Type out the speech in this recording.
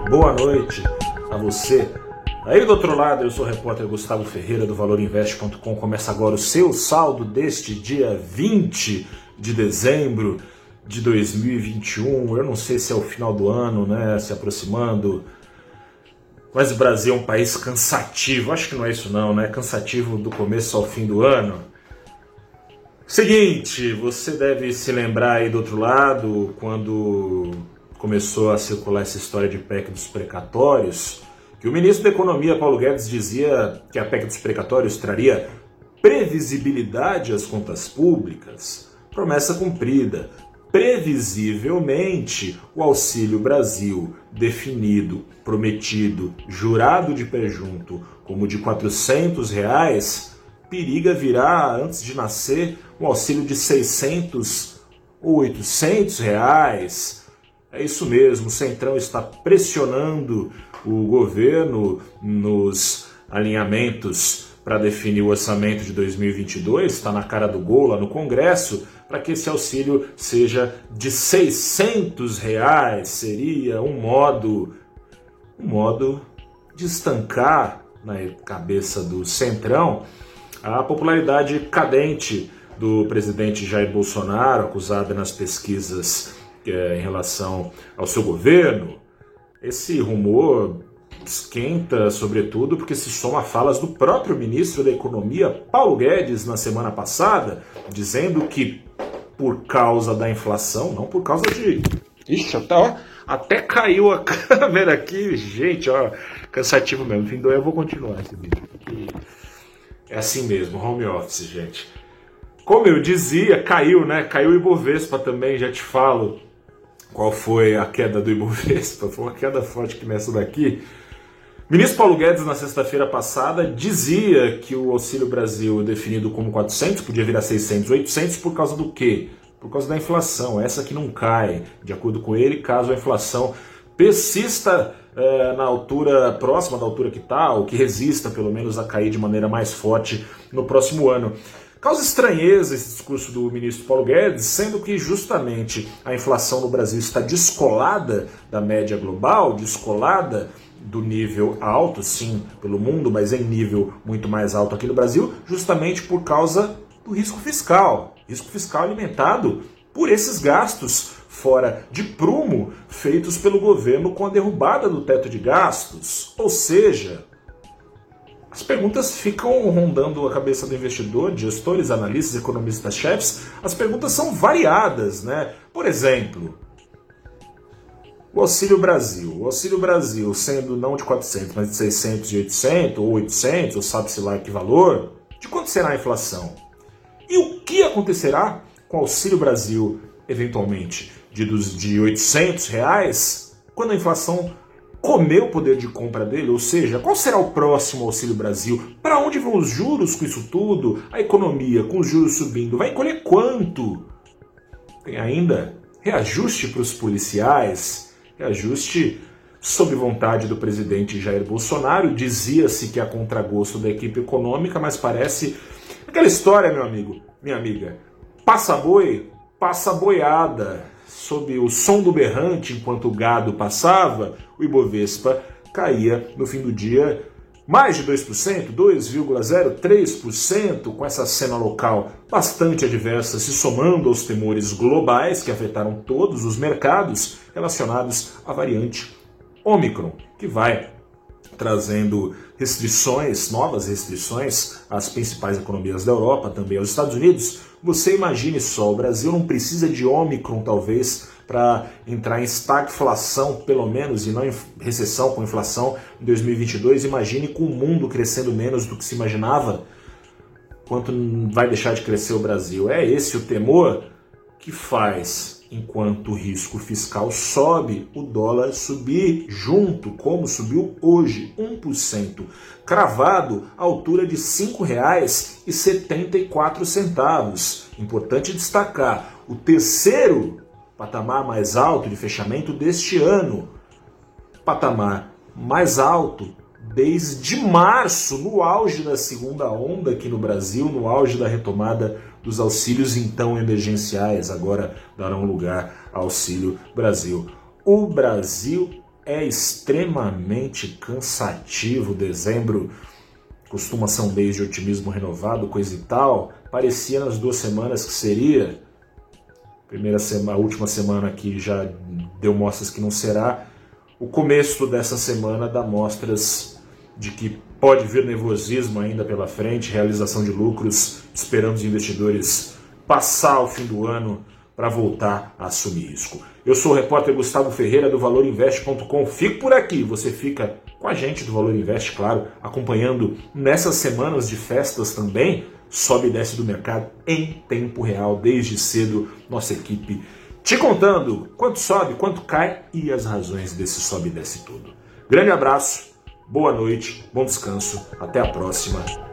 boa noite a você. Aí do outro lado, eu sou o repórter Gustavo Ferreira do ValorInvest.com. Começa agora o seu saldo deste dia 20 de dezembro de 2021. Eu não sei se é o final do ano, né, se aproximando, mas o Brasil é um país cansativo. Acho que não é isso não, né? Cansativo do começo ao fim do ano. Seguinte, você deve se lembrar aí do outro lado, quando começou a circular essa história de PEC dos precatórios, que o ministro da Economia, Paulo Guedes, dizia que a PEC dos precatórios traria previsibilidade às contas públicas. Promessa cumprida. Previsivelmente, o Auxílio Brasil, definido, prometido, jurado de pé junto, como de R$400, periga virar, antes de nascer, um auxílio de R$600 ou R$800. É isso mesmo, o Centrão está pressionando o governo nos alinhamentos para definir o orçamento de 2022, está na cara do gol lá no Congresso, para que esse auxílio seja de R$600. Seria um modo de estancar na cabeça do Centrão a popularidade cadente do presidente Jair Bolsonaro, acusada nas pesquisas em relação ao seu governo. Esse rumor esquenta, sobretudo, porque se soma a falas do próprio ministro da Economia, Paulo Guedes, na semana passada, dizendo que por causa da inflação, não por causa de... Ixi, até caiu a câmera aqui, gente, ó, cansativo mesmo. Enfim, eu vou continuar esse vídeo, porque é assim mesmo, home office, gente. Como eu dizia, caiu, né? Caiu o Ibovespa também, já te falo qual foi a queda do Ibovespa. Foi uma queda forte que nessa daqui. O ministro Paulo Guedes, na sexta-feira passada, dizia que o Auxílio Brasil, definido como 400, podia virar 600, 800, por causa do quê? Por causa da inflação, essa que não cai, de acordo com ele, caso a inflação persista na altura próxima da altura que está, ou que resista pelo menos a cair de maneira mais forte no próximo ano. Causa estranheza esse discurso do ministro Paulo Guedes, sendo que justamente a inflação no Brasil está descolada da média global, descolada do nível alto, sim, pelo mundo, mas em nível muito mais alto aqui no Brasil, justamente por causa do risco fiscal alimentado por esses gastos fora de prumo feitos pelo governo com a derrubada do teto de gastos. Ou seja, as perguntas ficam rondando a cabeça do investidor, de gestores, analistas, economistas-chefes. As perguntas são variadas, né? Por exemplo, o Auxílio Brasil sendo não de 400, mas de 600 e 800, ou 800, ou sabe-se lá que valor, de quanto será a inflação? E o que acontecerá com o Auxílio Brasil, eventualmente, de R$800, quando a inflação comer o poder de compra dele? Ou seja, qual será o próximo Auxílio Brasil? Para onde vão os juros com isso tudo? A economia, com os juros subindo, vai encolher quanto? Tem ainda reajuste para os policiais, reajuste sob vontade do presidente Jair Bolsonaro. Dizia-se que é a contragosto da equipe econômica, mas parece aquela história, meu amigo, minha amiga. Passa boi, passa boiada. Sob o som do berrante, enquanto o gado passava, o Ibovespa caía no fim do dia mais de 2%, 2,03%, com essa cena local bastante adversa, se somando aos temores globais que afetaram todos os mercados relacionados à variante Ômicron, que vai trazendo restrições, novas restrições às principais economias da Europa, também aos Estados Unidos. Você imagine só, o Brasil não precisa de Ômicron, talvez, para entrar em estagflação, pelo menos, e não em recessão com inflação em 2022. Imagine com o mundo crescendo menos do que se imaginava, quanto vai deixar de crescer o Brasil. É esse o temor que faz, enquanto o risco fiscal sobe, o dólar subir junto, como subiu hoje, 1%, cravado à altura de R$ 5,74. Importante destacar, o terceiro patamar mais alto de fechamento deste ano, patamar mais alto desde março, no auge da segunda onda aqui no Brasil, no auge da retomada dos auxílios então emergenciais, agora darão lugar ao Auxílio Brasil. O Brasil é extremamente cansativo. Dezembro costuma ser um mês de otimismo renovado, coisa e tal. Parecia nas 2 semanas que seria. A última semana aqui já deu mostras que não será. O começo dessa semana dá mostras de que pode vir nervosismo ainda pela frente, realização de lucros. Esperamos investidores passar o fim do ano para voltar a assumir risco. Eu sou o repórter Gustavo Ferreira do ValorInvest.com. Fico por aqui, você fica com a gente do Valor Invest, claro, acompanhando nessas semanas de festas também, sobe e desce do mercado em tempo real, desde cedo, nossa equipe te contando quanto sobe, quanto cai e as razões desse sobe e desce tudo. Grande abraço, boa noite, bom descanso, até a próxima.